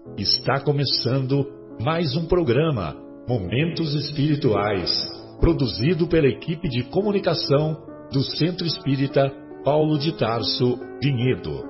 Está começando mais um programa, Momentos Espirituais, produzido pela equipe de comunicação do Centro Espírita Paulo de Tarso, Vinhedo.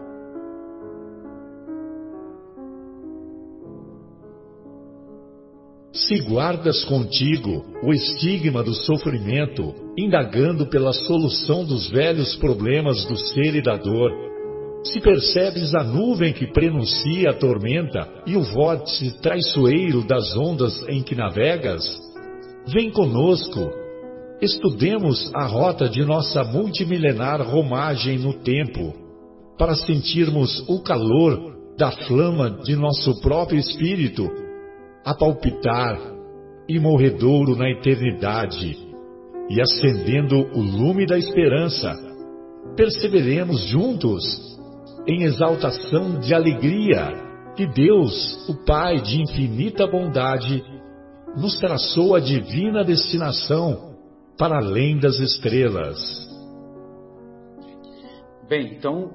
Se guardas contigo o estigma do sofrimento, indagando pela solução dos velhos problemas do ser e da dor, se percebes a nuvem que prenuncia a tormenta e o vórtice traiçoeiro das ondas em que navegas, vem conosco, estudemos a rota de nossa multimilenar romagem no tempo, para sentirmos o calor da flama de nosso próprio espírito, a palpitar, imorredouro na eternidade, e acendendo o lume da esperança, perseveremos juntos em exaltação de alegria que Deus, o Pai de infinita bondade, nos traçou a divina destinação para além das estrelas. Bem, então,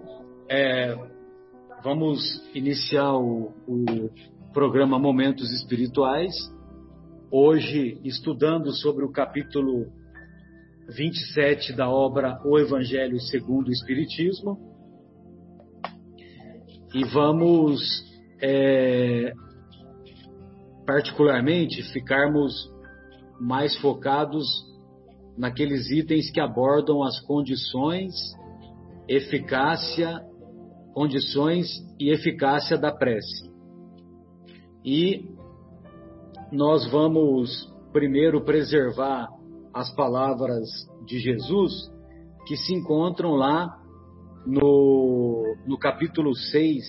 vamos iniciar o programa Momentos Espirituais, hoje estudando sobre o capítulo 27 da obra O Evangelho segundo o Espiritismo, e vamos particularmente ficarmos mais focados naqueles itens que abordam as condições e eficácia da prece. E nós vamos primeiro preservar as palavras de Jesus que se encontram lá no capítulo 6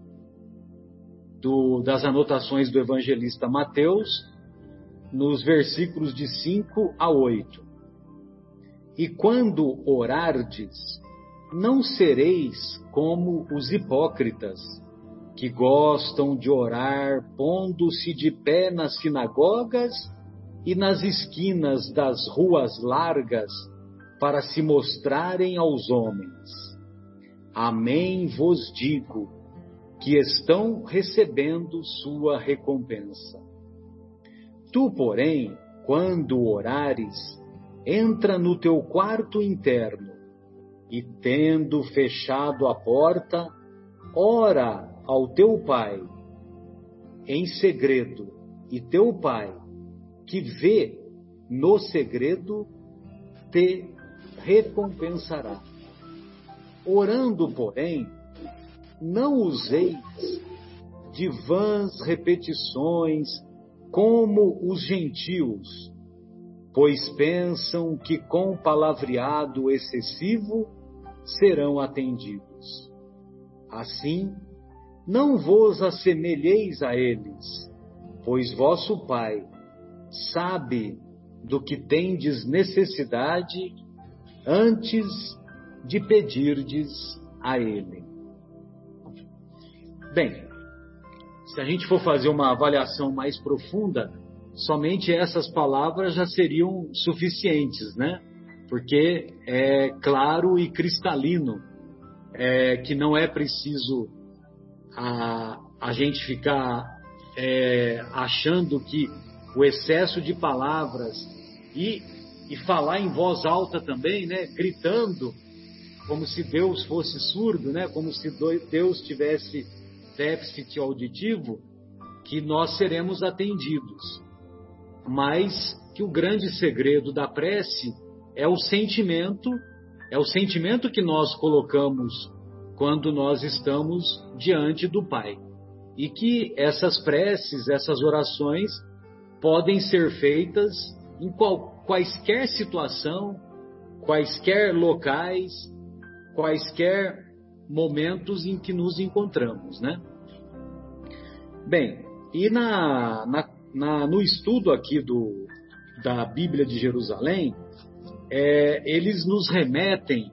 das anotações do evangelista Mateus, nos versículos de 5 a 8. E quando orardes, não sereis como os hipócritas, que gostam de orar pondo-se de pé nas sinagogas e nas esquinas das ruas largas para se mostrarem aos homens. Amém vos digo, que estão recebendo sua recompensa. Tu, porém, quando orares, entra no teu quarto interno e, tendo fechado a porta, ora ao teu Pai em segredo, e teu Pai, que vê no segredo, te recompensará. Orando, porém, não useis de vãs repetições como os gentios, pois pensam que com palavreado excessivo serão atendidos. Assim, não vos assemelheis a eles, pois vosso Pai sabe do que tendes necessidade antes de pedirdes a Ele. Bem, se a gente for fazer uma avaliação mais profunda, somente essas palavras já seriam suficientes, né? Porque é claro e cristalino que não é preciso a gente ficar achando que o excesso de palavras e falar em voz alta também, né? Gritando, como se Deus fosse surdo, né? Como se Deus tivesse déficit auditivo, que nós seremos atendidos. Mas que o grande segredo da prece é o sentimento que nós colocamos quando nós estamos diante do Pai. E que essas preces, essas orações, podem ser feitas em quaisquer situação, quaisquer locais, quaisquer momentos em que nos encontramos, né? Bem, e no estudo aqui da Bíblia de Jerusalém, eles nos remetem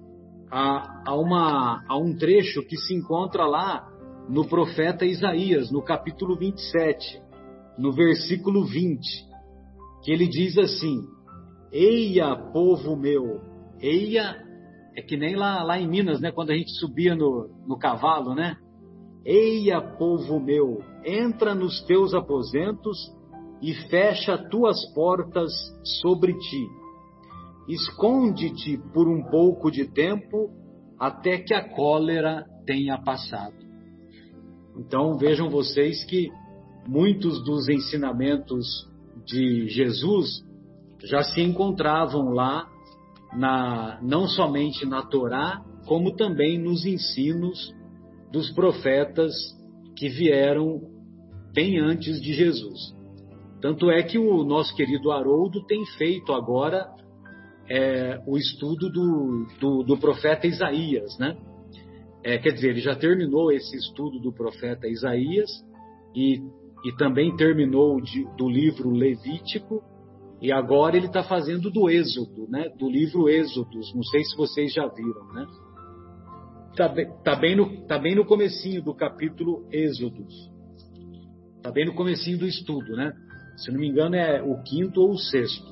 a um trecho que se encontra lá no profeta Isaías, no capítulo 27, no versículo 20, que ele diz assim: Eia, povo meu, eia, é que nem lá em Minas, né, quando a gente subia no cavalo, né? Eia, povo meu, entra nos teus aposentos e fecha tuas portas sobre ti. Esconde-te por um pouco de tempo, até que a cólera tenha passado. Então vejam vocês que muitos dos ensinamentos de Jesus já se encontravam lá, não somente na Torá, como também nos ensinos dos profetas que vieram bem antes de Jesus. Tanto é que o nosso querido Haroldo tem feito agora o estudo do profeta Isaías, né? Quer dizer, ele já terminou esse estudo do profeta Isaías e também terminou do livro Levítico, e agora ele está fazendo do Êxodo, né? Do livro Êxodos. Não sei se vocês já viram, né? Tá bem no comecinho do capítulo Êxodos. Tá bem no comecinho do estudo, né? Se não me engano é o 5º ou o 6º.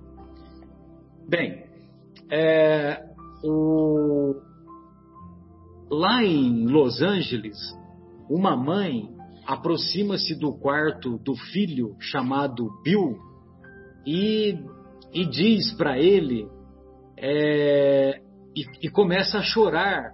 Bem, lá em Los Angeles, uma mãe aproxima-se do quarto do filho chamado Bill e diz para ele e começa a chorar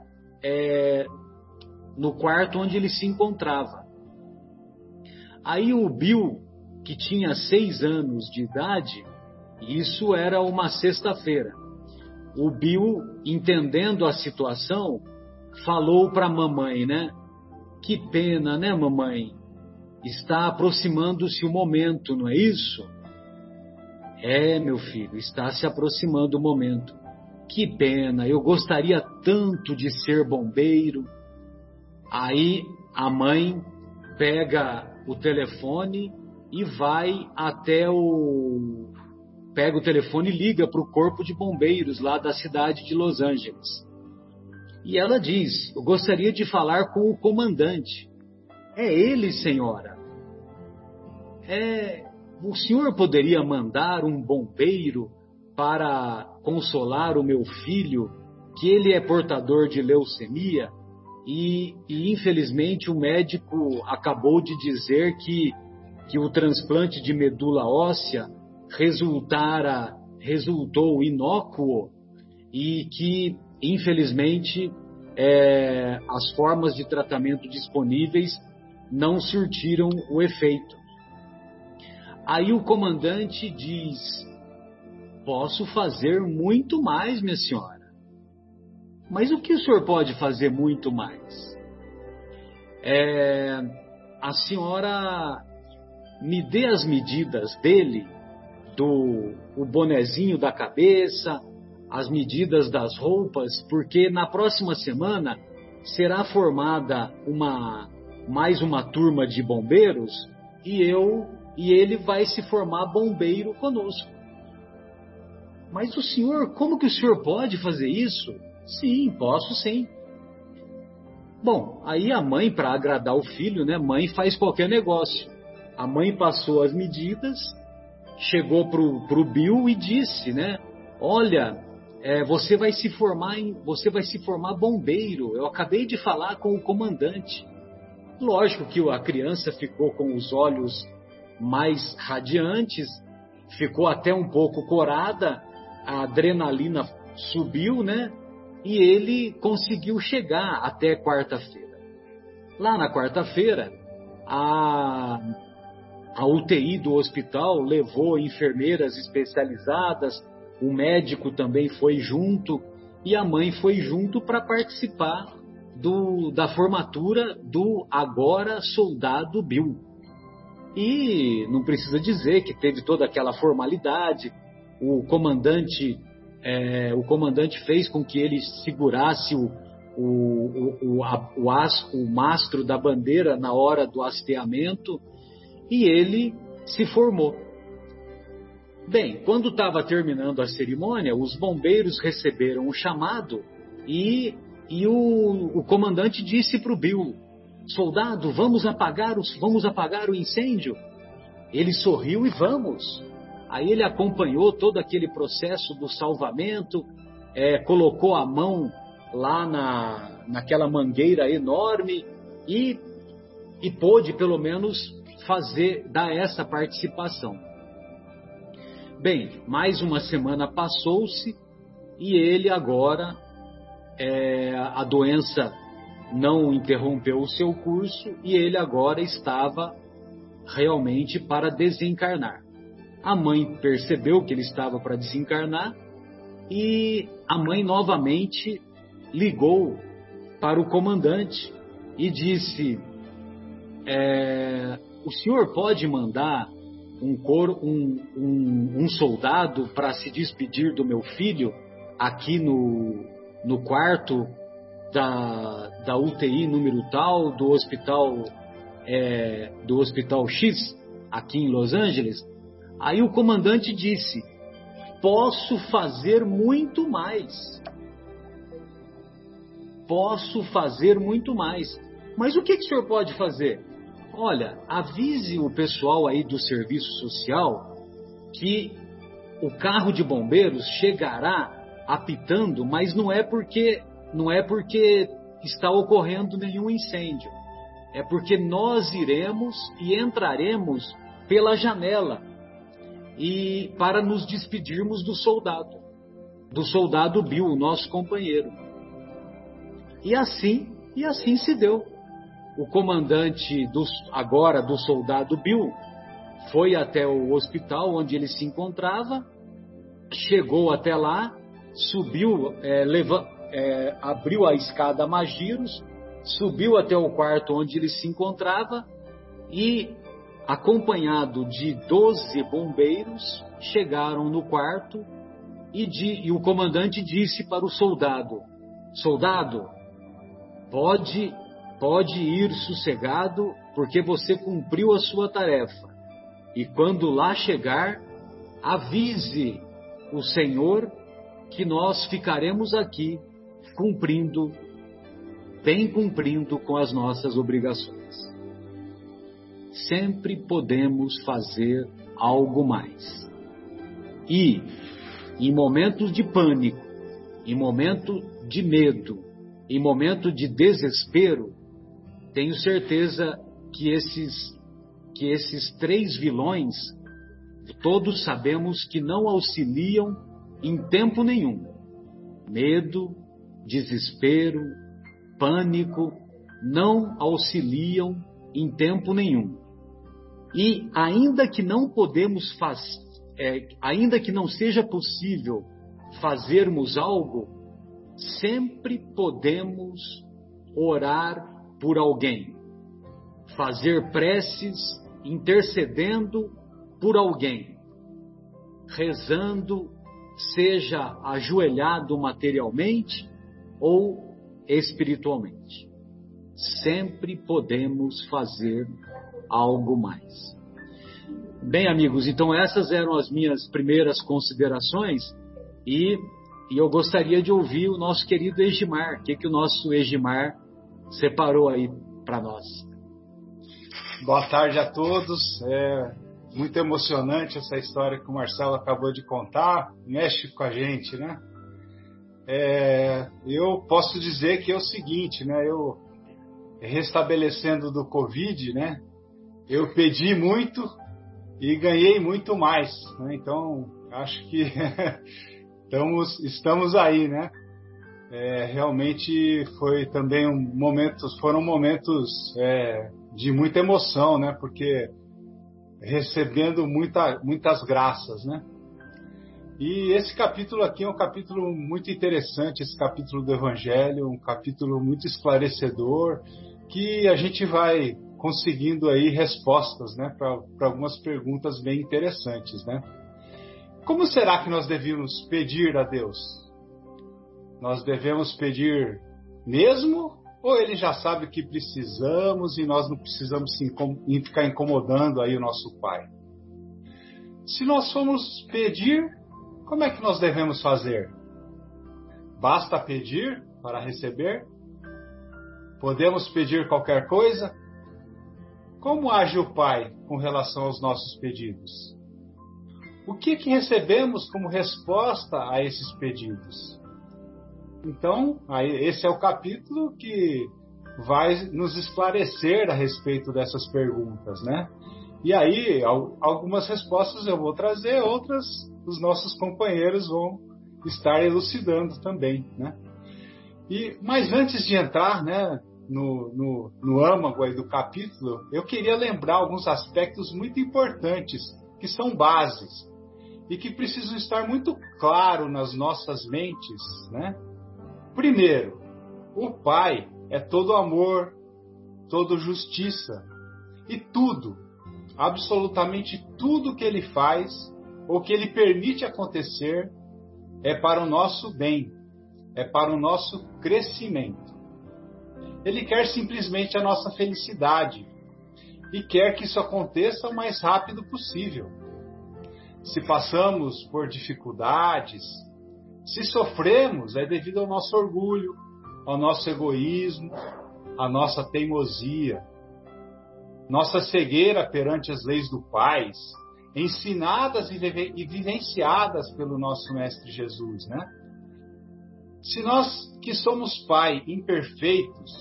no quarto onde ele se encontrava. Aí o Bill, que tinha 6 anos de idade, isso era uma sexta-feira, o Bill, entendendo a situação, falou para a mamãe, né? Que pena, né, mamãe? Está aproximando-se o momento, não é isso? Meu filho, está se aproximando o momento. Que pena, eu gostaria tanto de ser bombeiro. Aí a mãe pega o telefone e vai até pega o telefone e liga para o corpo de bombeiros lá da cidade de Los Angeles. E ela diz: eu gostaria de falar com o comandante. É ele, senhora. O senhor poderia mandar um bombeiro para consolar o meu filho, que ele é portador de leucemia, e infelizmente o médico acabou de dizer que o transplante de medula óssea resultou inócuo e que, infelizmente, as formas de tratamento disponíveis não surtiram o efeito. Aí o comandante diz: posso fazer muito mais, minha senhora. Mas o que o senhor pode fazer muito mais? A senhora me dê as medidas dele, o bonezinho da cabeça, as medidas das roupas, porque na próxima semana será formada mais uma turma de bombeiros e ele vai se formar bombeiro conosco. Mas o senhor, como que o senhor pode fazer isso? Sim, posso sim. Bom, aí a mãe, para agradar o filho, né, mãe faz qualquer negócio. A mãe passou as medidas, chegou pro Bill e disse, né, olha, você vai se formar bombeiro. Eu acabei de falar com o comandante. Lógico que a criança ficou com os olhos mais radiantes, ficou até um pouco corada, a adrenalina subiu, né? E ele conseguiu chegar até quarta-feira. Lá na quarta-feira, a UTI do hospital levou enfermeiras especializadas, o médico também foi junto e a mãe foi junto para participar da formatura do agora soldado Bill. E não precisa dizer que teve toda aquela formalidade. O comandante fez com que ele segurasse o mastro da bandeira na hora do hasteamento e ele se formou. Bem, quando estava terminando a cerimônia, os bombeiros receberam o chamado e o comandante disse para o Bill: soldado, vamos apagar o incêndio? Ele sorriu e vamos. Aí ele acompanhou todo aquele processo do salvamento, colocou a mão lá naquela mangueira enorme e e pôde pelo menos dar essa participação. Bem, mais uma semana passou-se e ele agora, a doença não interrompeu o seu curso e ele agora estava realmente para desencarnar. A mãe percebeu que ele estava para desencarnar e a mãe novamente ligou para o comandante e disse: o senhor pode mandar um soldado para se despedir do meu filho aqui no quarto da UTI número tal, do hospital X, aqui em Los Angeles? Aí o comandante disse: posso fazer muito mais. Posso fazer muito mais. Mas o que o senhor pode fazer? Olha, avise o pessoal aí do serviço social que o carro de bombeiros chegará apitando, mas não é porque está ocorrendo nenhum incêndio. É porque nós iremos e entraremos pela janela e para nos despedirmos do soldado Bill, o nosso companheiro. E assim se deu. O comandante do soldado Bill foi até o hospital onde ele se encontrava, chegou até lá, subiu, abriu a escada Magiros, subiu até o quarto onde ele se encontrava e, acompanhado de 12 bombeiros, chegaram no quarto e o comandante disse para o soldado: soldado, pode ir sossegado, porque você cumpriu a sua tarefa. E quando lá chegar, avise o Senhor que nós ficaremos aqui bem cumprindo com as nossas obrigações. Sempre podemos fazer algo mais. E, em momentos de pânico, em momento de medo, em momento de desespero, tenho certeza que esses 3 vilões, todos sabemos que não auxiliam em tempo nenhum. Medo, desespero, pânico, não auxiliam em tempo nenhum. E ainda que ainda que não seja possível fazermos algo, sempre podemos orar por alguém, fazer preces, intercedendo por alguém, rezando, seja ajoelhado materialmente ou espiritualmente. Sempre podemos fazer algo mais. Bem, amigos, então essas eram as minhas primeiras considerações e eu gostaria de ouvir o nosso querido Egimar. O que o nosso Egimar separou aí para nós? Boa tarde a todos. Muito emocionante essa história que o Marcelo acabou de contar. Mexe com a gente, né? Eu posso dizer que é o seguinte, né? Eu, restabelecendo do Covid, né? Eu pedi muito e ganhei muito mais, né? Então, acho que estamos aí, né? Realmente foi também foram momentos de muita emoção, né? Porque recebendo muitas graças, né? E esse capítulo aqui é um capítulo muito interessante, esse capítulo do Evangelho, um capítulo muito esclarecedor, que a gente vai conseguindo aí respostas, né? Para algumas perguntas bem interessantes, né? Como será que nós devíamos pedir a Deus? Nós devemos pedir mesmo? Ou ele já sabe o que precisamos e nós não precisamos ficar incomodando aí o nosso Pai? Se nós formos pedir, como é que nós devemos fazer? Basta pedir para receber? Podemos pedir qualquer coisa? Como age o Pai com relação aos nossos pedidos? O que recebemos como resposta a esses pedidos? Então, esse é o capítulo que vai nos esclarecer a respeito dessas perguntas, né? E aí, algumas respostas eu vou trazer, outras os nossos companheiros vão estar elucidando também, né? Mas antes de entrar, né, no âmago aí do capítulo, eu queria lembrar alguns aspectos muito importantes, que são bases, e que precisam estar muito claro nas nossas mentes, né? Primeiro, o Pai é todo amor, todo justiça, e tudo, absolutamente tudo que Ele faz, ou que Ele permite acontecer, é para o nosso bem, é para o nosso crescimento. Ele quer simplesmente a nossa felicidade e quer que isso aconteça o mais rápido possível. Se passamos por dificuldades, se sofremos, é devido ao nosso orgulho, ao nosso egoísmo, à nossa teimosia, nossa cegueira perante as leis do Pai, ensinadas e vivenciadas pelo nosso Mestre Jesus, né? Se nós que somos Pai imperfeitos,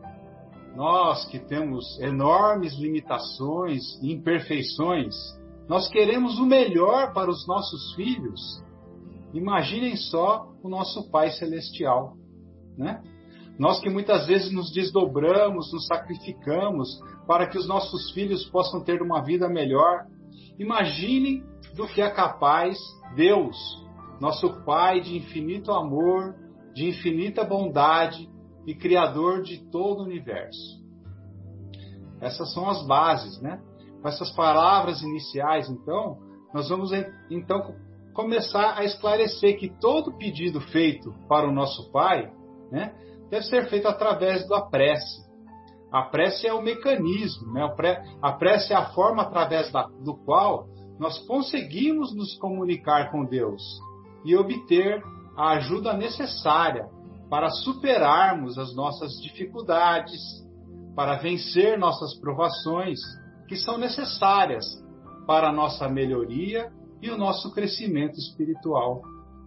nós que temos enormes limitações e imperfeições, nós queremos o melhor para os nossos filhos, imaginem só o nosso Pai Celestial, né? Nós que muitas vezes nos desdobramos, nos sacrificamos para que os nossos filhos possam ter uma vida melhor, imaginem do que é capaz Deus, nosso Pai de infinito amor, de infinita bondade e Criador de todo o universo. Essas são as bases, né? Com essas palavras iniciais, então, nós vamos começar a esclarecer que todo pedido feito para o nosso Pai, né, deve ser feito através da prece. A prece é o mecanismo, né? A prece é a forma através do qual nós conseguimos nos comunicar com Deus e obter a ajuda necessária para superarmos as nossas dificuldades, para vencer nossas provações, que são necessárias para a nossa melhoria e o nosso crescimento espiritual.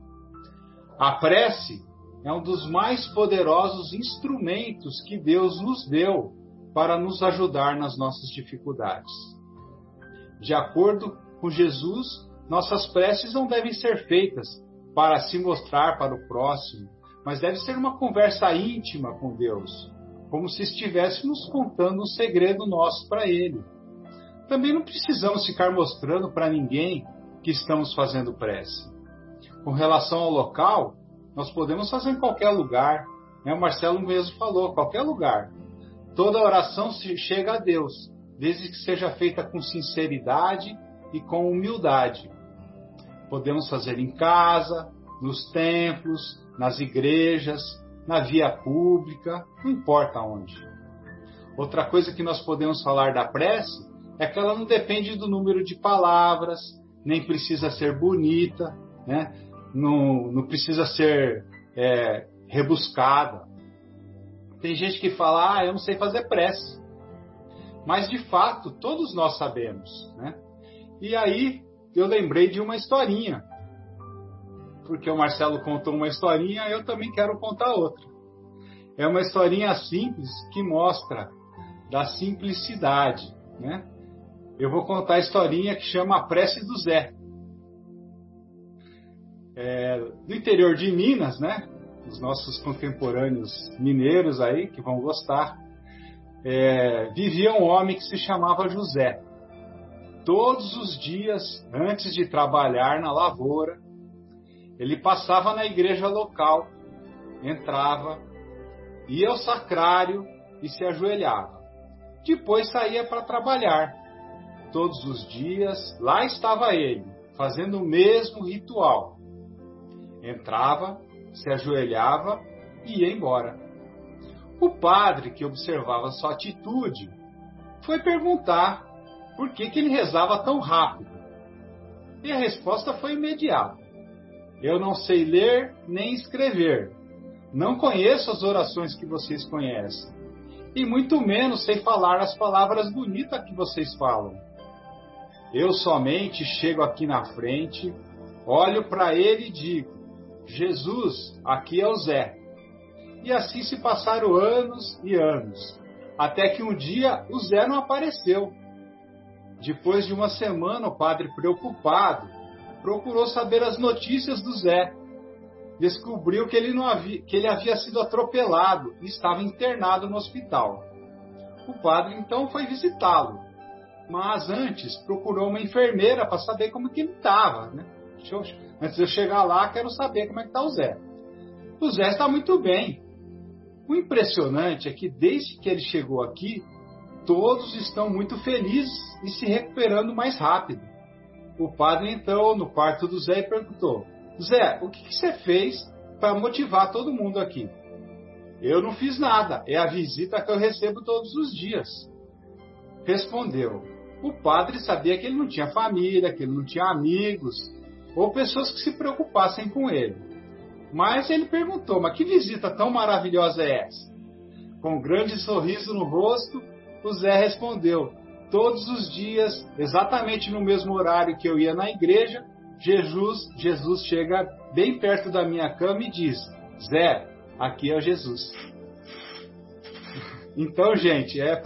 A prece é um dos mais poderosos instrumentos que Deus nos deu para nos ajudar nas nossas dificuldades. De acordo com Jesus, nossas preces não devem ser feitas para se mostrar para o próximo, mas deve ser uma conversa íntima com Deus, como se estivéssemos contando um segredo nosso para Ele. Também não precisamos ficar mostrando para ninguém que estamos fazendo prece. Com relação ao local, nós podemos fazer em qualquer lugar, né? O Marcelo mesmo falou, qualquer lugar. Toda oração chega a Deus, desde que seja feita com sinceridade e com humildade. Podemos fazer em casa, nos templos, nas igrejas, na via pública, não importa onde. Outra coisa que nós podemos falar da prece é que ela não depende do número de palavras, nem precisa ser bonita, né? Não precisa ser rebuscada. Tem gente que fala, eu não sei fazer prece. Mas, de fato, todos nós sabemos, né? E aí, eu lembrei de uma historinha. Porque o Marcelo contou uma historinha, eu também quero contar outra. É uma historinha simples que mostra da simplicidade, né? Eu vou contar a historinha que chama A Prece do Zé. Do interior de Minas, né? Os nossos contemporâneos mineiros aí, que vão gostar, vivia um homem que se chamava José. Todos os dias, antes de trabalhar na lavoura, ele passava na igreja local, entrava, ia ao sacrário e se ajoelhava. Depois saía para trabalhar. Todos os dias, lá estava ele, fazendo o mesmo ritual. Entrava, se ajoelhava e ia embora. O padre, que observava sua atitude, foi perguntar por que ele rezava tão rápido. E a resposta foi imediata. Eu não sei ler nem escrever. Não conheço as orações que vocês conhecem. E muito menos sei falar as palavras bonitas que vocês falam. Eu somente chego aqui na frente, olho para ele e digo, Jesus, aqui é o Zé. E assim se passaram anos e anos, até que um dia o Zé não apareceu. Depois de uma semana, o padre, preocupado, procurou saber as notícias do Zé. Descobriu que ele havia sido atropelado e estava internado no hospital. O padre então foi visitá-lo, mas antes procurou uma enfermeira para saber como que ele estava, né? Antes de eu chegar lá, quero saber como é que está o Zé. O Zé está muito bem. O impressionante é que desde que ele chegou aqui, todos estão muito felizes e se recuperando mais rápido. O padre entrou no quarto do Zé e perguntou: Zé, o que você fez para motivar todo mundo aqui? Eu não fiz nada, é a visita que eu recebo todos os dias. Respondeu. O padre sabia que ele não tinha família, que ele não tinha amigos, ou pessoas que se preocupassem com ele. Mas ele perguntou: mas que visita tão maravilhosa é essa? Com um grande sorriso no rosto, o Zé respondeu: todos os dias, exatamente no mesmo horário que eu ia na igreja, Jesus chega bem perto da minha cama e diz: Zé, aqui é o Jesus. Então, gente, é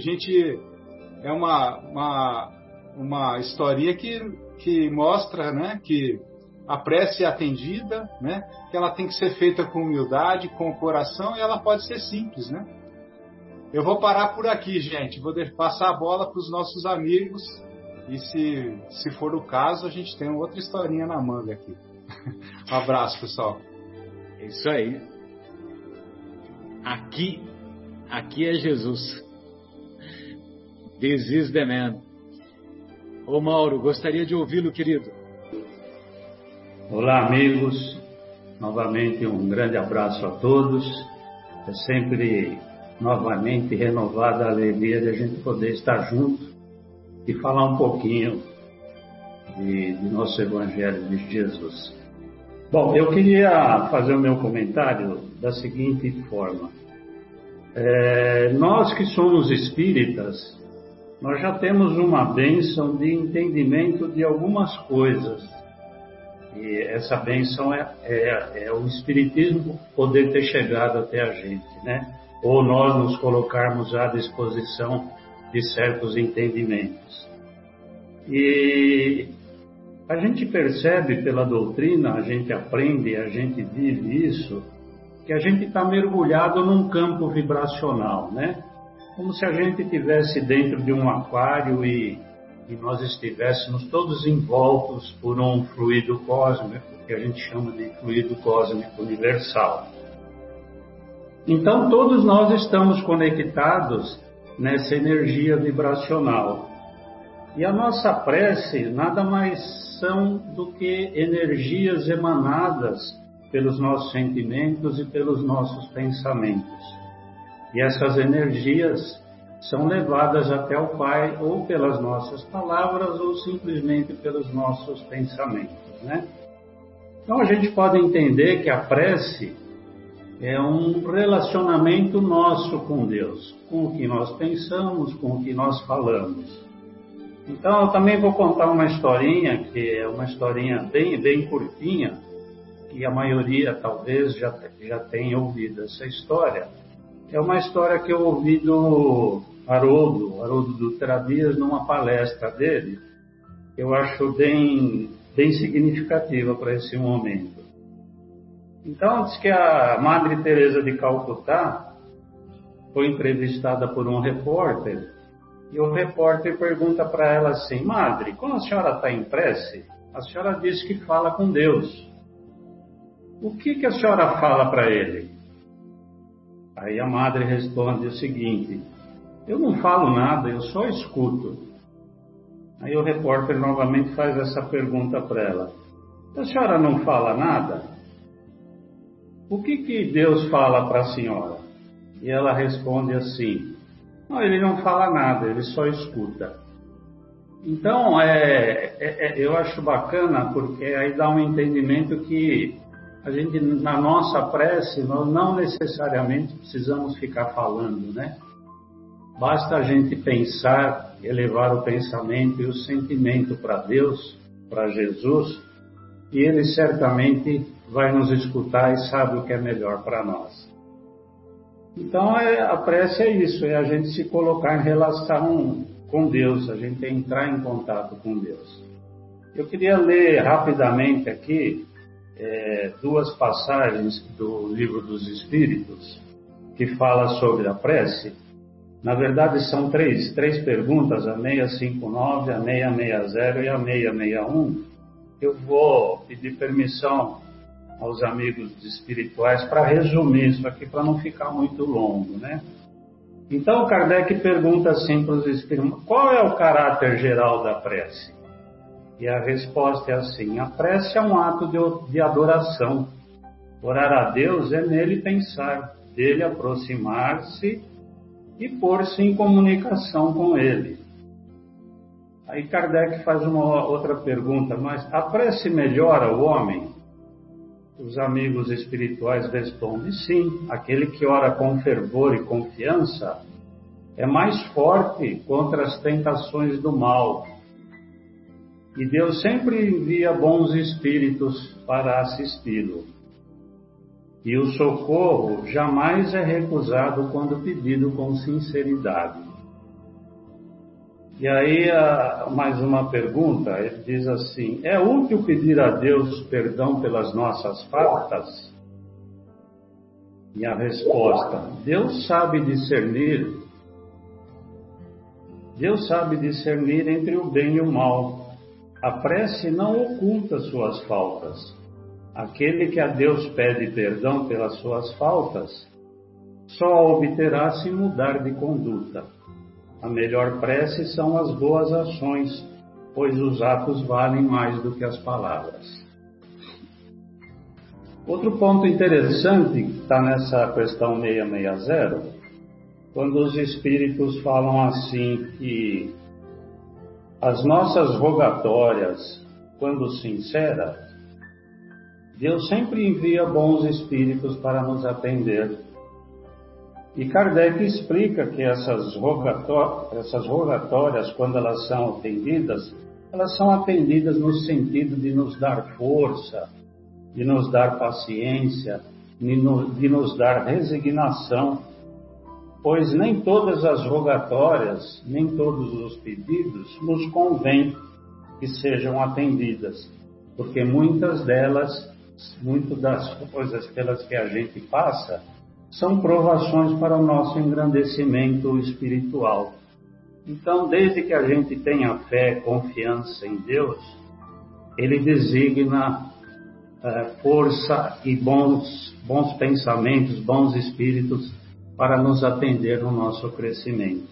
uma historinha que mostra, né, que a prece é atendida, né, que ela tem que ser feita com humildade, com o coração, e ela pode ser simples, né? Eu vou parar por aqui, gente. Vou passar a bola para os nossos amigos. E se for o caso, a gente tem outra historinha na manga aqui. Um abraço, pessoal. É isso aí. Aqui é Jesus. This is the man. Ô Mauro, gostaria de ouvi-lo, querido. Olá, amigos. Novamente um grande abraço a todos. É sempre novamente renovada a alegria de a gente poder estar junto e falar um pouquinho de nosso Evangelho de Jesus. Bom, eu queria fazer o meu comentário da seguinte forma. Nós que somos espíritas, nós já temos uma bênção de entendimento de algumas coisas. E essa bênção é o Espiritismo poder ter chegado até a gente, né? Ou nós nos colocarmos à disposição de certos entendimentos. E a gente percebe pela doutrina, a gente aprende, a gente vive isso, que a gente está mergulhado num campo vibracional, né? Como se a gente estivesse dentro de um aquário e nós estivéssemos todos envoltos por um fluido cósmico, que a gente chama de fluido cósmico universal. Então, todos nós estamos conectados nessa energia vibracional. E a nossa prece nada mais são do que energias emanadas pelos nossos sentimentos e pelos nossos pensamentos. E essas energias são levadas até o Pai ou pelas nossas palavras ou simplesmente pelos nossos pensamentos, né? Então a gente pode entender que a prece é um relacionamento nosso com Deus, com o que nós pensamos, com o que nós falamos. Então eu também vou contar uma historinha, que é uma historinha bem curtinha, que a maioria talvez já tenha ouvido essa história. É uma história que eu ouvi do Haroldo Dutra Dias, numa palestra dele, que eu acho bem significativa para esse momento. Então, diz que a Madre Teresa de Calcutá foi entrevistada por um repórter, e o repórter pergunta para ela assim: Madre, quando a senhora está em prece, a senhora diz que fala com Deus. O que a senhora fala para Ele? Aí a Madre responde o seguinte: eu não falo nada, eu só escuto. Aí o repórter novamente faz essa pergunta para ela: a senhora não fala nada? O que Deus fala para a senhora? E ela responde assim: não, ele não fala nada, ele só escuta. Então, eu acho bacana, porque aí dá um entendimento que a gente, na nossa prece, nós não necessariamente precisamos ficar falando, né? Basta a gente pensar, elevar o pensamento e o sentimento para Deus, para Jesus, e Ele certamente vai nos escutar e sabe o que é melhor para nós. Então, a prece é isso, é a gente se colocar em relação com Deus, a gente entrar em contato com Deus. Eu queria ler rapidamente aqui duas passagens do Livro dos Espíritos que fala sobre a prece. Na verdade, são três perguntas, a 659, a 660 e a 661. Eu vou pedir permissão aos amigos espirituais para resumir isso aqui, para não ficar muito longo, né? Então, Kardec pergunta assim para os espíritos: qual é o caráter geral da prece? E a resposta é assim: a prece é um ato de adoração. Orar a Deus é nele pensar, dele aproximar-se e pôr-se em comunicação com ele. Aí Kardec faz uma outra pergunta: mas a prece melhora o homem? Os amigos espirituais respondem: sim, aquele que ora com fervor e confiança é mais forte contra as tentações do mal. E Deus sempre envia bons espíritos para assisti-lo. E o socorro jamais é recusado quando pedido com sinceridade. E aí, mais uma pergunta, ele diz assim: é útil pedir a Deus perdão pelas nossas faltas? E a resposta: Deus sabe discernir entre o bem e o mal. A prece não oculta suas faltas. Aquele que a Deus pede perdão pelas suas faltas só a obterá se mudar de conduta. A melhor prece são as boas ações, pois os atos valem mais do que as palavras. Outro ponto interessante que está nessa questão 660, quando os espíritos falam assim que as nossas rogatórias, quando sinceras, Deus sempre envia bons espíritos para nos atender. E Kardec explica que essas rogatórias, quando elas são atendidas no sentido de nos dar força, de nos dar paciência, de nos dar resignação, pois nem todas as rogatórias, nem todos os pedidos nos convém que sejam atendidas, porque muitas das coisas pelas que a gente passa são provações para o nosso engrandecimento espiritual. Então, desde que a gente tenha fé, confiança em Deus, Ele designa força e bons pensamentos, bons espíritos para nos atender no nosso crescimento.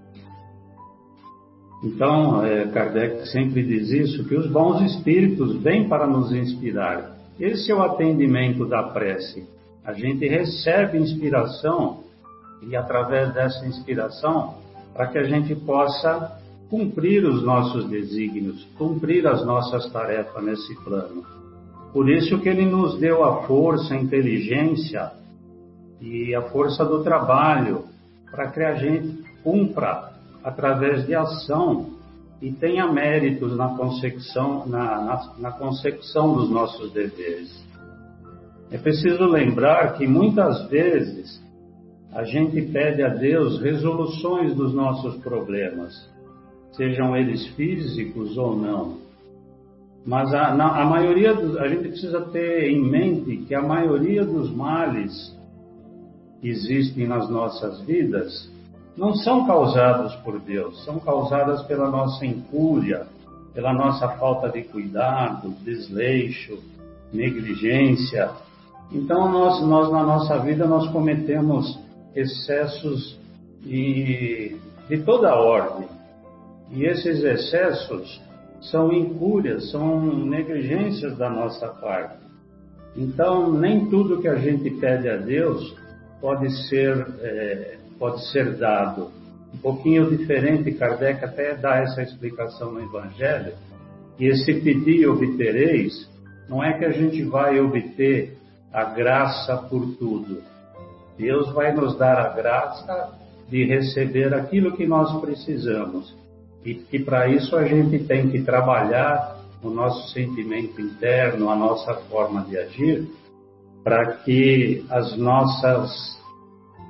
Então, Kardec sempre diz isso, que os bons espíritos vêm para nos inspirar. Esse é o atendimento da prece. A gente recebe inspiração e, através dessa inspiração, para que a gente possa cumprir os nossos desígnios, cumprir as nossas tarefas nesse plano. Por isso que Ele nos deu a força, a inteligência e a força do trabalho, para que a gente cumpra através de ação e tenha méritos na consecução dos nossos deveres. É preciso lembrar que muitas vezes a gente pede a Deus resoluções dos nossos problemas, sejam eles físicos ou não. Mas a gente precisa ter em mente que a maioria dos males que existem nas nossas vidas não são causados por Deus, são causadas pela nossa incúria, pela nossa falta de cuidado, desleixo, negligência. Então, nós na nossa vida, nós cometemos excessos de toda ordem. E esses excessos são incúrias, são negligências da nossa parte. Então, nem tudo que a gente pede a Deus pode ser dado. Um pouquinho diferente, Kardec até dá essa explicação no Evangelho, que esse pedir e obtereis, não é que a gente vai obter a graça por tudo. Deus vai nos dar a graça de receber aquilo que nós precisamos. E que para isso a gente tem que trabalhar o nosso sentimento interno, a nossa forma de agir, para que as nossas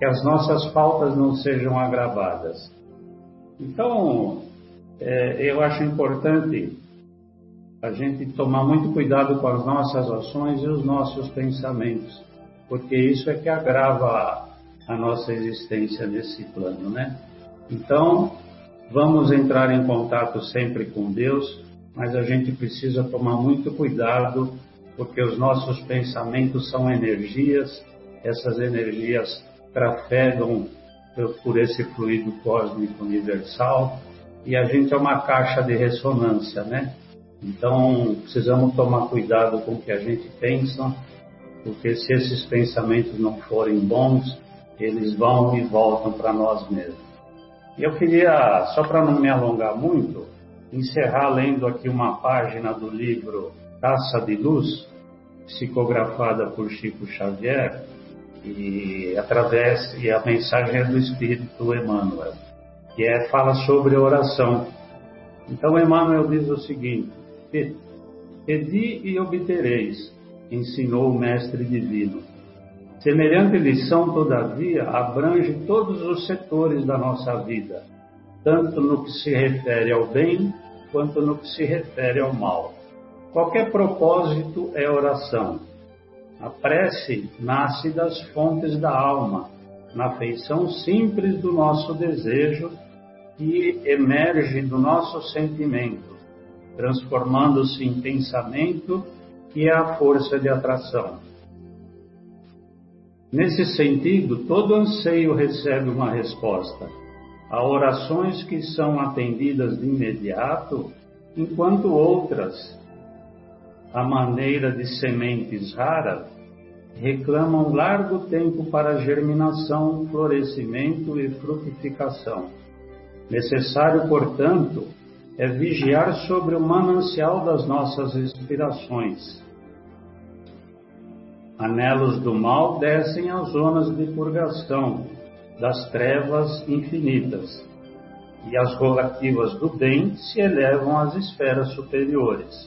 que as nossas faltas não sejam agravadas. Então, eu acho importante a gente tomar muito cuidado com as nossas ações e os nossos pensamentos, porque isso é que agrava a nossa existência nesse plano, né? Então, vamos entrar em contato sempre com Deus, mas a gente precisa tomar muito cuidado, porque os nossos pensamentos são energias, essas energias trafegam por esse fluido cósmico universal, e a gente é uma caixa de ressonância, né? Então, precisamos tomar cuidado com o que a gente pensa, porque se esses pensamentos não forem bons, eles vão e voltam para nós mesmos. E eu queria, só para não me alongar muito, encerrar lendo aqui uma página do livro Taça de Luz, psicografada por Chico Xavier, e a mensagem é do Espírito Emmanuel, que fala sobre oração. Então Emmanuel diz o seguinte: pedi e obtereis, ensinou o Mestre Divino. Semelhante lição, todavia, abrange todos os setores da nossa vida, tanto no que se refere ao bem, quanto no que se refere ao mal. Qualquer propósito é oração. A prece nasce das fontes da alma, na feição simples do nosso desejo, que emerge do nosso sentimento, transformando-se em pensamento, que é a força de atração. Nesse sentido, todo anseio recebe uma resposta. Há orações que são atendidas de imediato, enquanto outras, à maneira de sementes raras, reclamam largo tempo para germinação, florescimento e frutificação. Necessário, portanto, é vigiar sobre o manancial das nossas respirações. Anelos do mal descem às zonas de purgação das trevas infinitas, e as rogativas do bem se elevam às esferas superiores.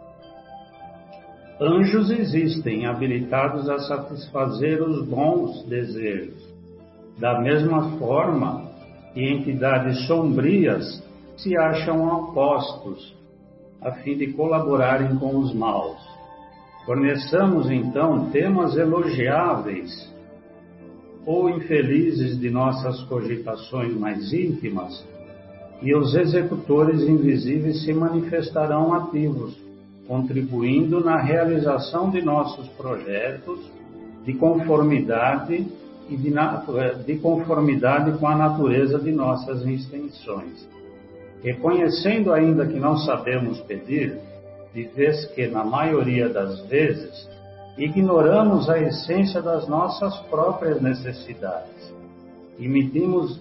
Anjos existem, habilitados a satisfazer os bons desejos. Da mesma forma que entidades sombrias se acham opostos, a fim de colaborarem com os maus. Forneçamos, então, temas elogiáveis ou infelizes de nossas cogitações mais íntimas, e os executores invisíveis se manifestarão ativos, contribuindo na realização de nossos projetos de conformidade de conformidade com a natureza de nossas intenções. Reconhecendo ainda que não sabemos pedir, de vez que, na maioria das vezes, ignoramos a essência das nossas próprias necessidades. Imitemos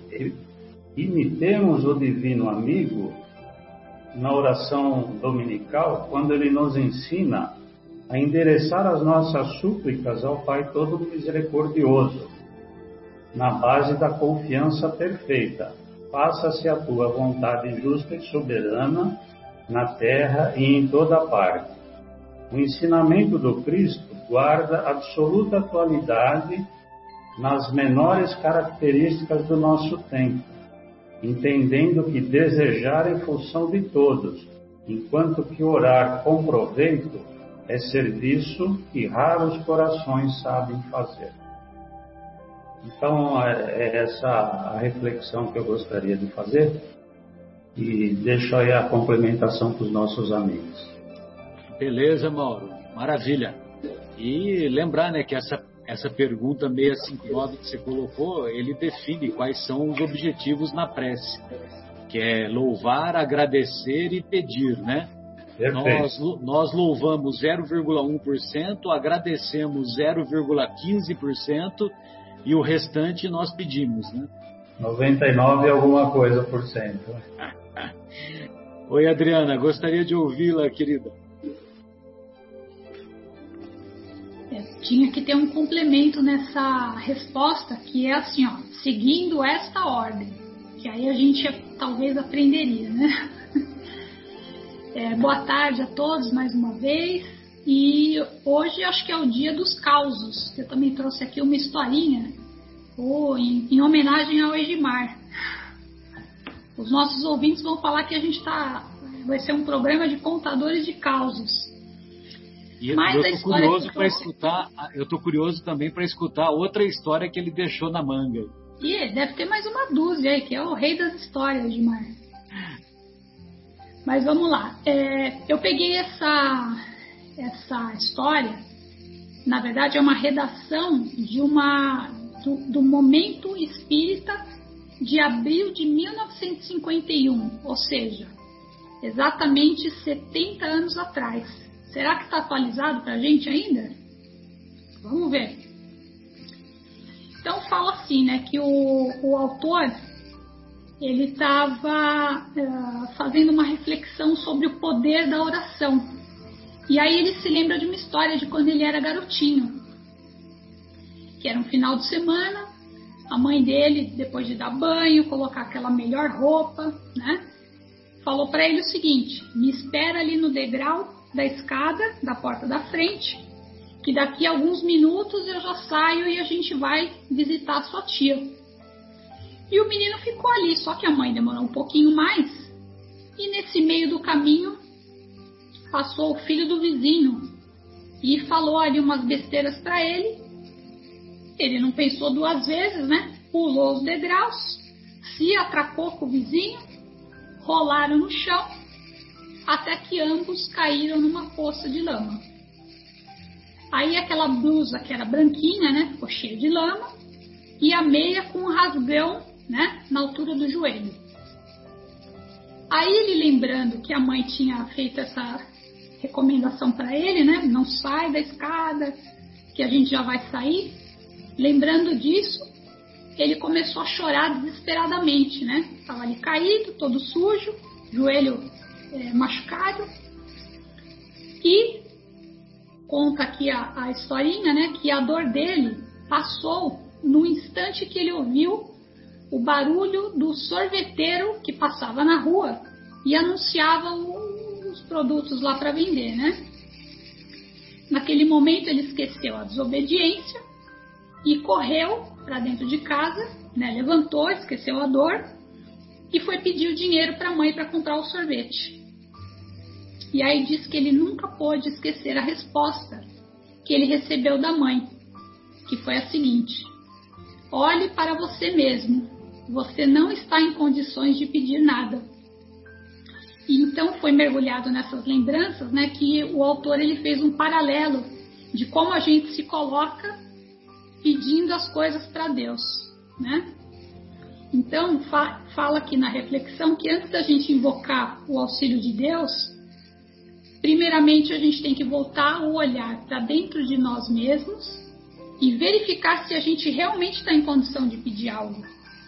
o Divino Amigo na oração dominical, quando ele nos ensina a endereçar as nossas súplicas ao Pai Todo Misericordioso, na base da confiança perfeita. Faça-se a tua vontade justa e soberana na terra e em toda parte. O ensinamento do Cristo guarda absoluta atualidade nas menores características do nosso tempo, entendendo que desejar é função de todos, enquanto que orar com proveito é serviço que raros corações sabem fazer. Então, é essa a reflexão que eu gostaria de fazer, e deixo aí a complementação para os nossos amigos. Beleza, Mauro. Maravilha. E lembrar, né, que essa pergunta 659 que você colocou, ele define quais são os objetivos na prece, que é louvar, agradecer e pedir, né? Nós louvamos 0,1%, agradecemos 0,15% e o restante nós pedimos, né? 99 e alguma coisa por cento. Oi, Adriana, gostaria de ouvi-la, querida. Tinha que ter um complemento nessa resposta, que é assim, ó, seguindo esta ordem, que aí a gente talvez aprenderia, né? Boa tarde a todos mais uma vez, e hoje acho que é o dia dos causos, que eu também trouxe aqui uma historinha ou em homenagem ao Edmar. Os nossos ouvintes vão falar que a gente vai ser um programa de contadores de causos. E eu tô curioso também para escutar outra história que ele deixou na manga. E deve ter mais uma dúzia aí, que é o rei das histórias, Edmar. Mas vamos lá. Eu peguei essa história, na verdade é uma redação do Momento Espírita de abril de 1951, ou seja, exatamente 70 anos atrás. Será que está atualizado para a gente ainda? Vamos ver. Então fala assim, né, que o autor ele estava fazendo uma reflexão sobre o poder da oração. E aí ele se lembra de uma história de quando ele era garotinho, que era um final de semana. A mãe dele, depois de dar banho, colocar aquela melhor roupa, né, falou para ele o seguinte: me espera ali no degrau da escada, da porta da frente, que daqui a alguns minutos eu já saio e a gente vai visitar a sua tia. E o menino ficou ali, só que a mãe demorou um pouquinho mais, e nesse meio do caminho passou o filho do vizinho e falou ali umas besteiras para ele. Ele não pensou duas vezes, né? Pulou os degraus, se atracou com o vizinho, rolaram no chão, até que ambos caíram numa poça de lama. Aí aquela blusa que era branquinha, né, ficou cheia de lama, e a meia com um rasgão, né, na altura do joelho. Aí ele, lembrando que a mãe tinha feito essa recomendação para ele, né, não sai da escada, que a gente já vai sair. Lembrando disso, ele começou a chorar desesperadamente, né? Estava ali caído, todo sujo, joelho machucado. E conta aqui a historinha, né? Que a dor dele passou no instante que ele ouviu o barulho do sorveteiro que passava na rua e anunciava os produtos lá para vender, né? Naquele momento ele esqueceu a desobediência e correu para dentro de casa, né? Levantou, esqueceu a dor e foi pedir o dinheiro para a mãe para comprar o sorvete. E aí diz que ele nunca pôde esquecer a resposta que ele recebeu da mãe, que foi a seguinte: olhe para você mesmo, você não está em condições de pedir nada. E então foi mergulhado nessas lembranças, né, que o autor ele fez um paralelo de como a gente se coloca pedindo as coisas para Deus, né? Então fala aqui na reflexão que antes da gente invocar o auxílio de Deus, primeiramente a gente tem que voltar o olhar para dentro de nós mesmos e verificar se a gente realmente está em condição de pedir algo,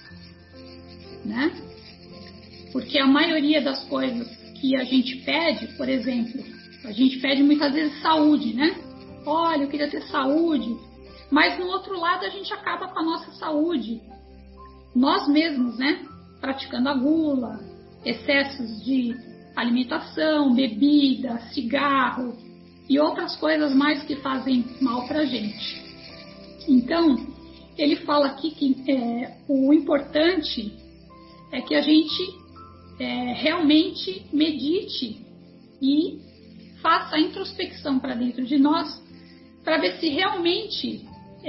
né? Porque a maioria das coisas que a gente pede, por exemplo, a gente pede muitas vezes saúde, né? Olha, eu queria ter saúde, mas no outro lado a gente acaba com a nossa saúde, nós mesmos, né? Praticando a gula, excessos de alimentação, bebida, cigarro e outras coisas mais que fazem mal para a gente. Então, ele fala aqui que o importante é que a gente realmente medite e faça a introspecção para dentro de nós, para ver se realmente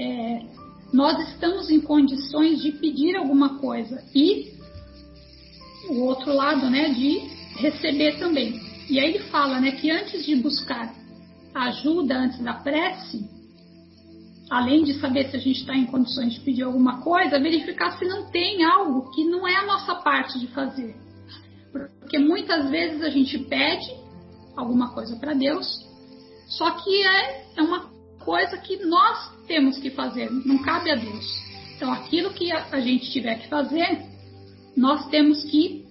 nós estamos em condições de pedir alguma coisa e o outro lado, né, de receber também. E aí ele fala, né, que antes de buscar ajuda, antes da prece, além de saber se a gente está em condições de pedir alguma coisa, verificar se não tem algo que não é a nossa parte de fazer. Porque muitas vezes a gente pede alguma coisa para Deus, só que é uma coisa que nós temos que fazer, não cabe a Deus. Então aquilo que a gente tiver que fazer, nós temos que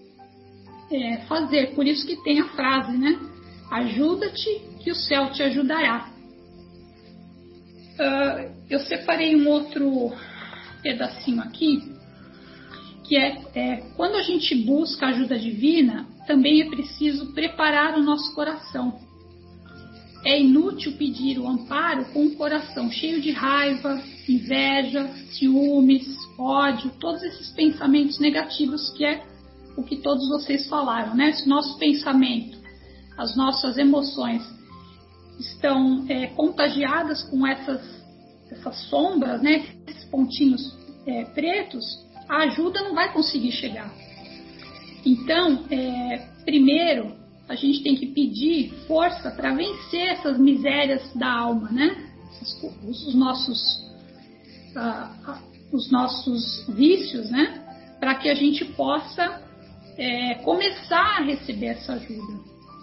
fazer. Por isso que tem a frase, né? Ajuda-te que o céu te ajudará. Eu separei um outro pedacinho aqui, que quando a gente busca ajuda divina, também é preciso preparar o nosso coração. é inútil pedir o amparo com um coração cheio de raiva, inveja, ciúmes, ódio, todos esses pensamentos negativos que é o que todos vocês falaram, né? Se o nosso pensamento, as nossas emoções estão contagiadas com essas sombras, né? Esses pontinhos pretos, a ajuda não vai conseguir chegar. Então, primeiro, a gente tem que pedir força para vencer essas misérias da alma, né? Os nossos vícios, né? Para que a gente possa começar a receber essa ajuda.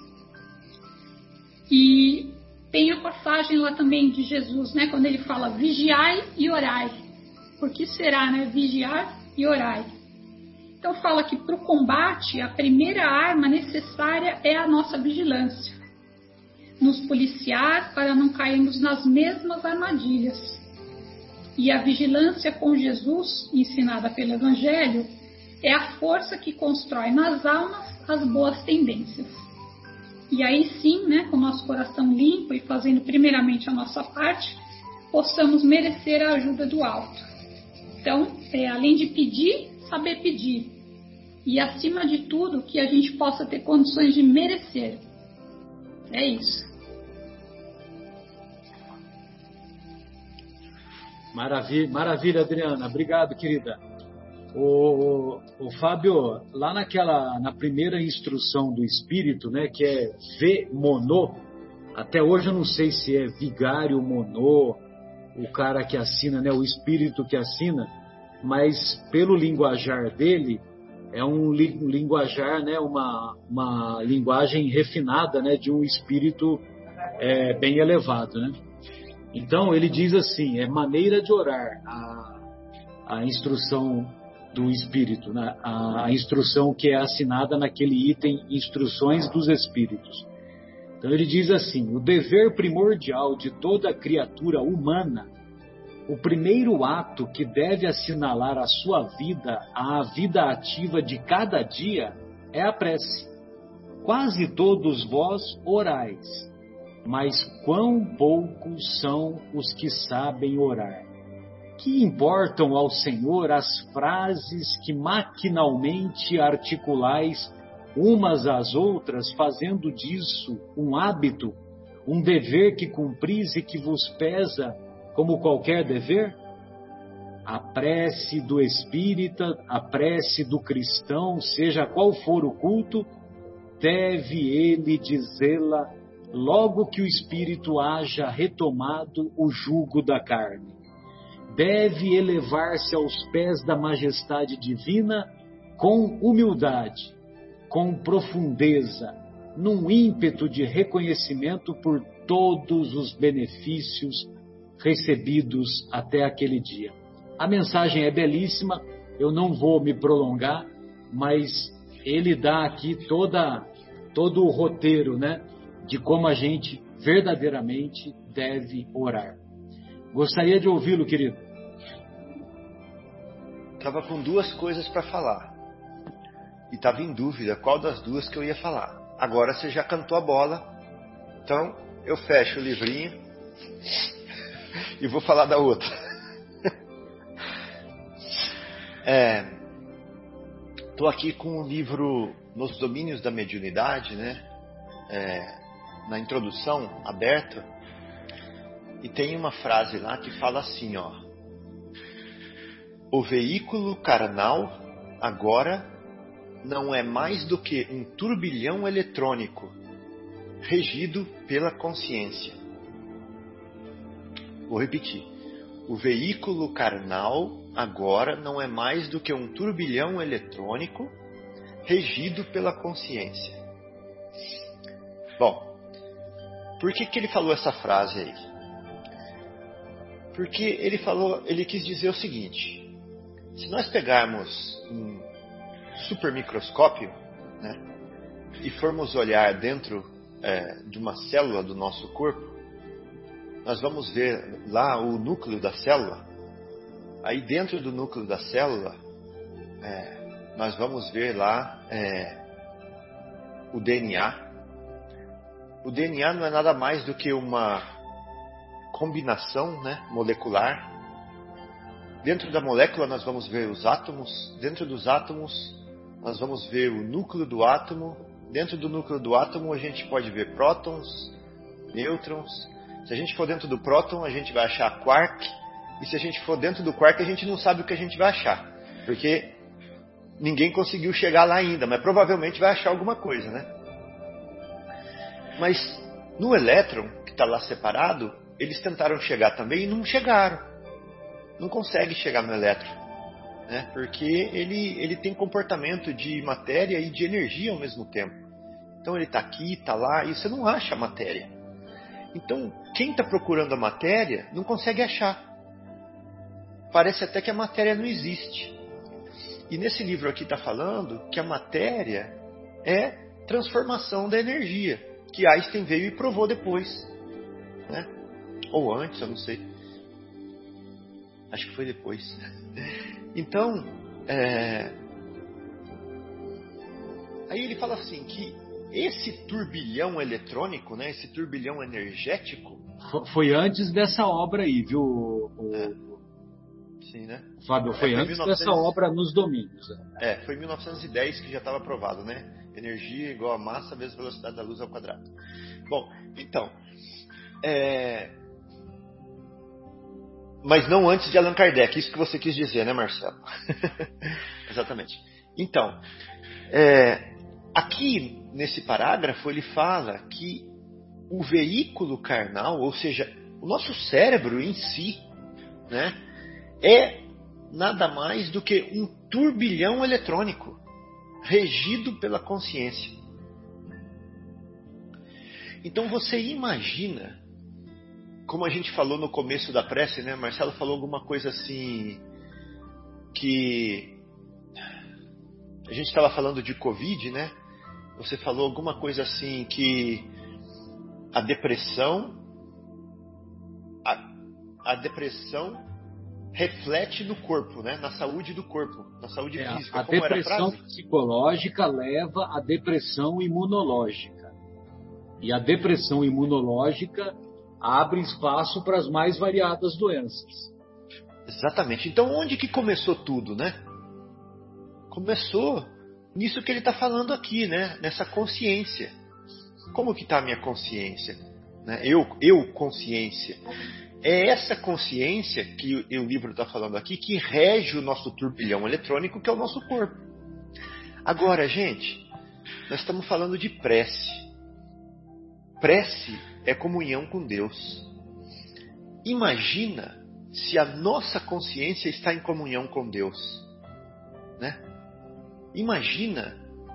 E tem a passagem lá também de Jesus, né? Quando ele fala vigiai e orai. Por que será, né? Vigiar e orai. Então fala que para o combate, a primeira arma necessária é a nossa vigilância. Nos policiar para não cairmos nas mesmas armadilhas. E a vigilância com Jesus, ensinada pelo Evangelho, é a força que constrói nas almas as boas tendências. E aí sim, né, com o nosso coração limpo e fazendo primeiramente a nossa parte, possamos merecer a ajuda do alto. Então, além de pedir, saber pedir. E, acima de tudo, que a gente possa ter condições de merecer. É isso. Maravilha, Adriana. Obrigado, querida. O Fábio, lá na primeira instrução do Espírito, né, que é Vê-Monô, até hoje eu não sei se é vigário monô, o cara que assina, né, o Espírito que assina, mas pelo linguajar dele, é um linguajar, né, uma linguagem refinada, né, de um espírito bem elevado, né? Então ele diz assim, é maneira de orar a instrução do espírito, né? A instrução que é assinada naquele item Instruções dos Espíritos. Então ele diz assim, o dever primordial de toda criatura humana, o primeiro ato que deve assinalar a sua vida, a vida ativa de cada dia, é a prece. Quase todos vós orais, mas quão poucos são os que sabem orar. Que importam ao Senhor as frases que maquinalmente articulais umas às outras, fazendo disso um hábito, um dever que cumpris e que vos pesa como qualquer dever? A prece do espírita, a prece do cristão, seja qual for o culto, deve ele dizê-la logo que o espírito haja retomado o jugo da carne. Deve elevar-se aos pés da majestade divina com humildade, com profundeza, num ímpeto de reconhecimento por todos os benefícios recebidos até aquele dia. A mensagem é belíssima, eu não vou me prolongar, mas ele dá aqui todo o roteiro, né, de como a gente verdadeiramente deve orar. Gostaria de ouvi-lo, querido. Estava com duas coisas para falar. E estava em dúvida qual das duas que eu ia falar. Agora você já cantou a bola. Então eu fecho o livrinho e vou falar da outra. Estou aqui com o livro Nos Domínios da Mediunidade, né? Na introdução, aberta. E tem uma frase lá que fala assim, ó. O veículo carnal agora não é mais do que um turbilhão eletrônico regido pela consciência. Vou repetir. O veículo carnal agora não é mais do que um turbilhão eletrônico regido pela consciência. Bom, por que ele falou essa frase aí? Porque ele quis dizer o seguinte: se nós pegarmos um supermicroscópio, né, e formos olhar dentro de uma célula do nosso corpo, nós vamos ver lá o núcleo da célula. Aí dentro do núcleo da célula, nós vamos ver lá o DNA. o DNA não é nada mais do que uma combinação, né, molecular. Dentro da molécula nós vamos ver os átomos, dentro dos átomos nós vamos ver o núcleo do átomo, dentro do núcleo do átomo a gente pode ver prótons, nêutrons. Se a gente for dentro do próton, a gente vai achar quark, e se a gente for dentro do quark, a gente não sabe o que a gente vai achar, porque ninguém conseguiu chegar lá ainda, mas provavelmente vai achar alguma coisa, né? Mas no elétron, que está lá separado, eles tentaram chegar também e não chegaram. Não consegue chegar no elétron, né? Porque ele tem comportamento de matéria e de energia ao mesmo tempo. Então ele está aqui, está lá, e você não acha a matéria. Então quem está procurando a matéria não consegue achar. Parece até que a matéria não existe. E nesse livro aqui está falando que a matéria é transformação da energia, que Einstein veio e provou depois, né? Ou antes, eu não sei. Acho que foi depois. Então, aí ele fala assim que esse turbilhão eletrônico, né, esse turbilhão energético... Foi antes dessa obra aí, viu, Sim, né? Fábio? Foi antes 1900... dessa obra nos domínios. Foi em 1910 que já estava provado, né? Energia igual a massa vezes velocidade da luz ao quadrado. Bom, então... Mas não antes de Allan Kardec, isso que você quis dizer, né, Marcelo? Exatamente. Então, aqui nesse parágrafo ele fala que o veículo carnal, ou seja, o nosso cérebro em si, né, é nada mais do que um turbilhão eletrônico regido pela consciência. Então você imagina, como a gente falou no começo da prece, né? Marcelo falou alguma coisa assim, que a gente estava falando de Covid, né? Você falou alguma coisa assim que a depressão reflete no corpo, né? Na saúde do corpo, na saúde física. A depressão psicológica leva à depressão imunológica. E a depressão imunológica abre espaço para as mais variadas doenças. Exatamente. Então, onde que começou tudo, né? Começou nisso que ele está falando aqui, né? Nessa consciência. Como que está a minha consciência? Né? Eu consciência. É essa consciência que o livro está falando aqui que rege o nosso turbilhão eletrônico, que é o nosso corpo. Agora, gente, nós estamos falando de prece. Prece é comunhão com Deus. Imagina se a nossa consciência está em comunhão com Deus, né? Imagina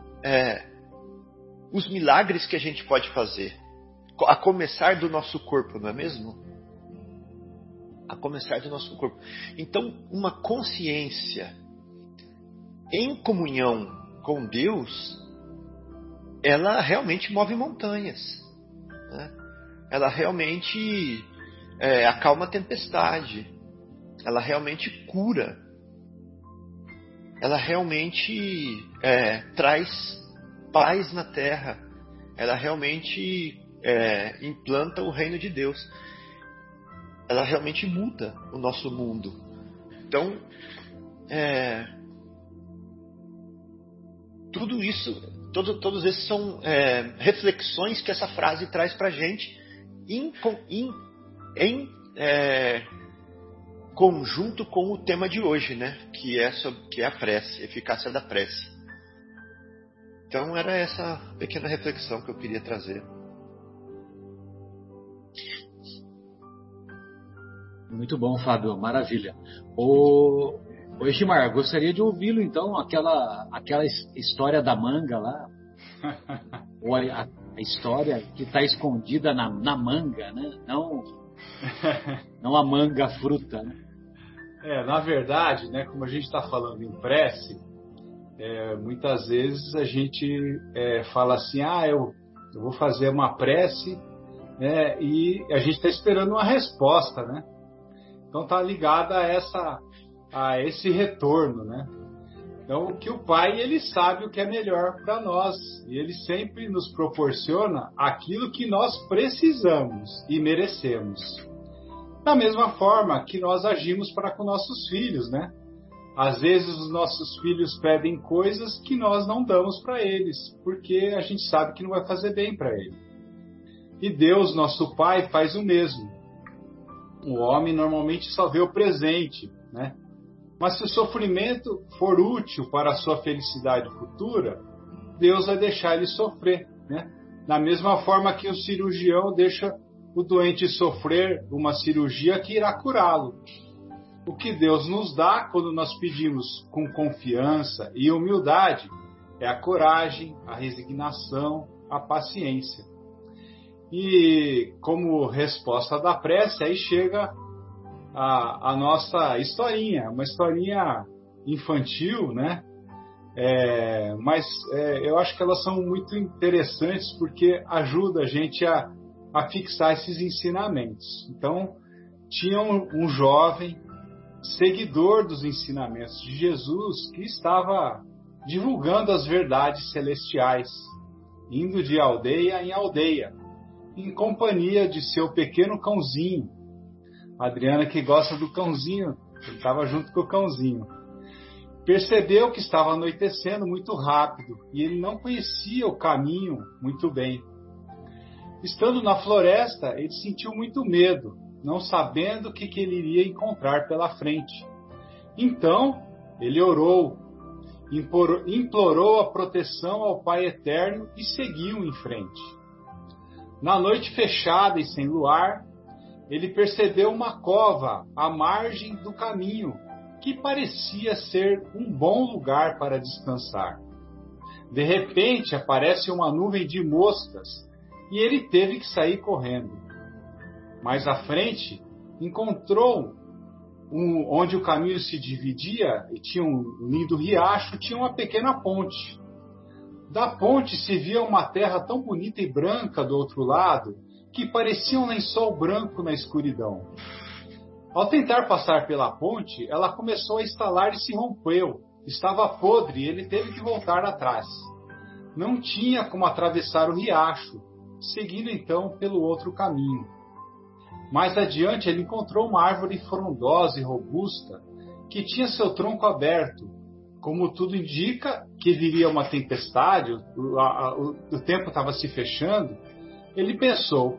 os milagres que a gente pode fazer, a começar do nosso corpo, não é mesmo? A começar do nosso corpo. Então, uma consciência em comunhão com Deus, ela realmente move montanhas, né? Ela realmente acalma a tempestade. Ela realmente cura. Ela realmente traz paz na terra. Ela realmente implanta o reino de Deus. Ela realmente muda o nosso mundo. Então, tudo isso, todos esses são reflexões que essa frase traz para a gente em conjunto com o tema de hoje, né? Que é a prece, a eficácia da prece. Então era essa pequena reflexão que eu queria trazer. Muito bom, Fábio, maravilha. Ô Gilmar, gostaria de ouvi-lo então, aquela história da manga lá, ou a história que está escondida na manga, né? Não a manga fruta, né? Na verdade, né, como a gente está falando em prece, muitas vezes a gente fala assim, eu vou fazer uma prece, né, e a gente está esperando uma resposta, né? Então está ligada a esse retorno, né? Então, que o Pai, ele sabe o que é melhor para nós. E ele sempre nos proporciona aquilo que nós precisamos e merecemos. Da mesma forma que nós agimos para com nossos filhos, né? Às vezes os nossos filhos pedem coisas que nós não damos para eles, porque a gente sabe que não vai fazer bem para ele. E Deus, nosso Pai, faz o mesmo. O homem normalmente só vê o presente, né? Mas se o sofrimento for útil para a sua felicidade futura, Deus vai deixar ele sofrer, né? Da mesma forma que o cirurgião deixa o doente sofrer uma cirurgia que irá curá-lo. O que Deus nos dá quando nós pedimos com confiança e humildade é a coragem, a resignação, a paciência. E como resposta da prece, aí chega a nossa historinha, uma historinha infantil, né? Mas eu acho que elas são muito interessantes porque ajuda a gente a fixar esses ensinamentos. Então, tinha um jovem seguidor dos ensinamentos de Jesus que estava divulgando as verdades celestiais, indo de aldeia em aldeia, em companhia de seu pequeno cãozinho. A Adriana, que gosta do cãozinho, ele estava junto com o cãozinho. Percebeu que estava anoitecendo muito rápido e ele não conhecia o caminho muito bem. Estando na floresta, ele sentiu muito medo, não sabendo o que ele iria encontrar pela frente. Então, ele orou, implorou a proteção ao Pai Eterno e seguiu em frente. Na noite fechada e sem luar, ele percebeu uma cova à margem do caminho, que parecia ser um bom lugar para descansar. De repente, aparece uma nuvem de moscas e ele teve que sair correndo. Mais à frente, encontrou onde o caminho se dividia e tinha um lindo riacho, tinha uma pequena ponte. Da ponte se via uma terra tão bonita e branca do outro lado que parecia um lençol branco na escuridão. Ao tentar passar pela ponte, ela começou a estalar e se rompeu. Estava podre e ele teve que voltar atrás. Não tinha como atravessar o riacho, seguindo então pelo outro caminho. Mais adiante ele encontrou uma árvore frondosa e robusta que tinha seu tronco aberto. Como tudo indica que viria uma tempestade, o tempo estava se fechando, ele pensou: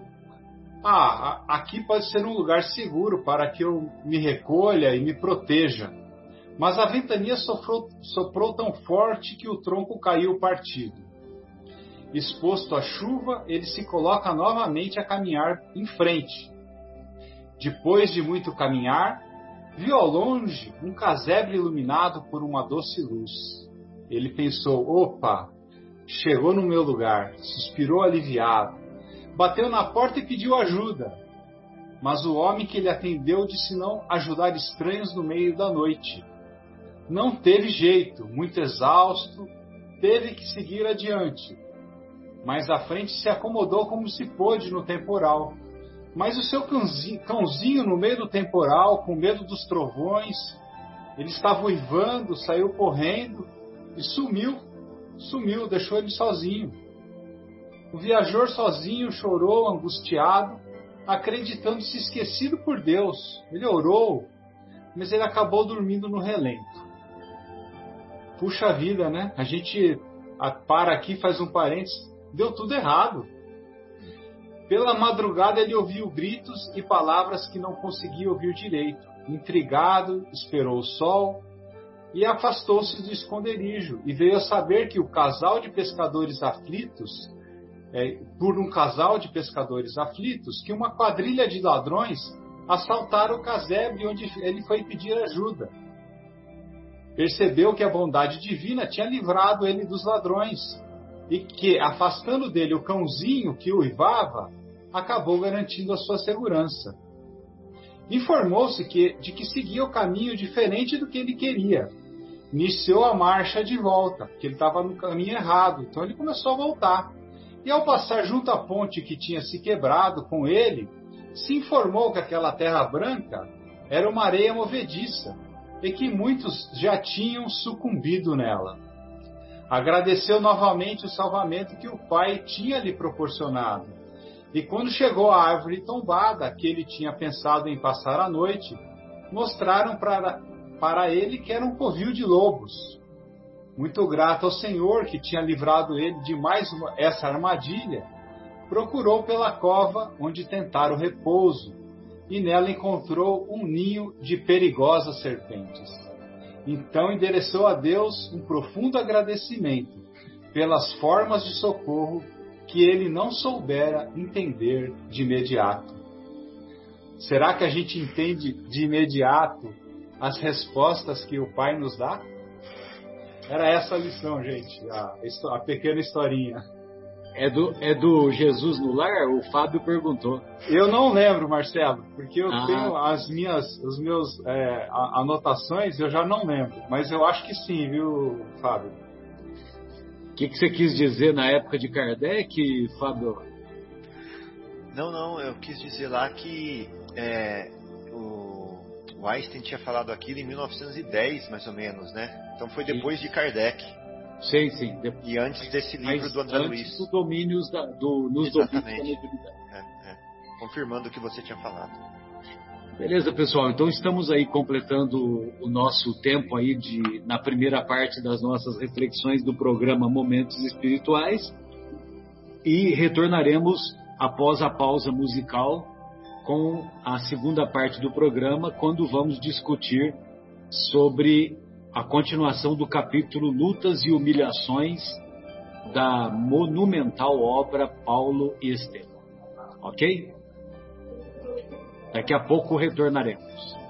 aqui pode ser um lugar seguro para que eu me recolha e me proteja. Mas a ventania soprou tão forte que o tronco caiu partido. Exposto à chuva, ele se coloca novamente a caminhar em frente. Depois de muito caminhar, viu ao longe um casebre iluminado por uma doce luz. Ele pensou: opa, chegou no meu lugar, suspirou aliviado. Bateu na porta e pediu ajuda. Mas o homem que lhe atendeu disse não ajudar estranhos no meio da noite. Não teve jeito, muito exausto, teve que seguir adiante. Mais à frente se acomodou como se pôde no temporal. Mas o seu cãozinho no meio do temporal, com medo dos trovões, ele estava uivando, saiu correndo e sumiu, deixou ele sozinho. O viajor sozinho chorou, angustiado, acreditando-se esquecido por Deus. Ele orou, mas ele acabou dormindo no relento. Puxa vida, né? A gente para aqui, faz um parênteses, deu tudo errado. Pela madrugada ele ouviu gritos e palavras que não conseguia ouvir direito. Intrigado, esperou o sol e afastou-se do esconderijo e veio a saber que o casal de pescadores aflitos, que uma quadrilha de ladrões assaltaram o casebre onde ele foi pedir ajuda. Percebeu que a bondade divina tinha livrado ele dos ladrões e que, afastando dele o cãozinho que uivava, acabou garantindo a sua segurança. Informou-se de que seguia o caminho diferente do que ele queria. Iniciou a marcha de volta, porque ele estava no caminho errado, então ele começou a voltar. E ao passar junto à ponte que tinha se quebrado com ele, se informou que aquela terra branca era uma areia movediça. e que muitos já tinham sucumbido nela. Agradeceu novamente o salvamento que o pai tinha lhe proporcionado. E quando chegou à árvore tombada, que ele tinha pensado em passar a noite, mostraram para ele que era um covil de lobos. Muito grato ao Senhor, que tinha livrado ele de mais essa armadilha, procurou pela cova onde tentar o repouso, e nela encontrou um ninho de perigosas serpentes. Então endereçou a Deus um profundo agradecimento pelas formas de socorro que ele não soubera entender de imediato. Será que a gente entende de imediato as respostas que o Pai nos dá? Era essa a lição, gente, a pequena historinha. É do Jesus no Lar? O Fábio perguntou. Eu não lembro, Marcelo, porque eu tenho as minhas anotações, eu já não lembro. Mas eu acho que sim, viu, Fábio? O que você quis dizer na época de Kardec, Fábio? Não, eu quis dizer lá que o Einstein tinha falado aquilo em 1910, mais ou menos, né? Então foi depois de Kardec. Sim. E antes desse livro do André Luiz. Antes do domínios nos domínios da mediunidade. Confirmando o que você tinha falado. Beleza, pessoal. Então estamos aí completando o nosso tempo aí na primeira parte das nossas reflexões do programa Momentos Espirituais. E retornaremos após a pausa musical com a segunda parte do programa, quando vamos discutir sobre a continuação do capítulo Lutas e Humilhações da monumental obra Paulo e Estevão. Ok? Daqui a pouco retornaremos.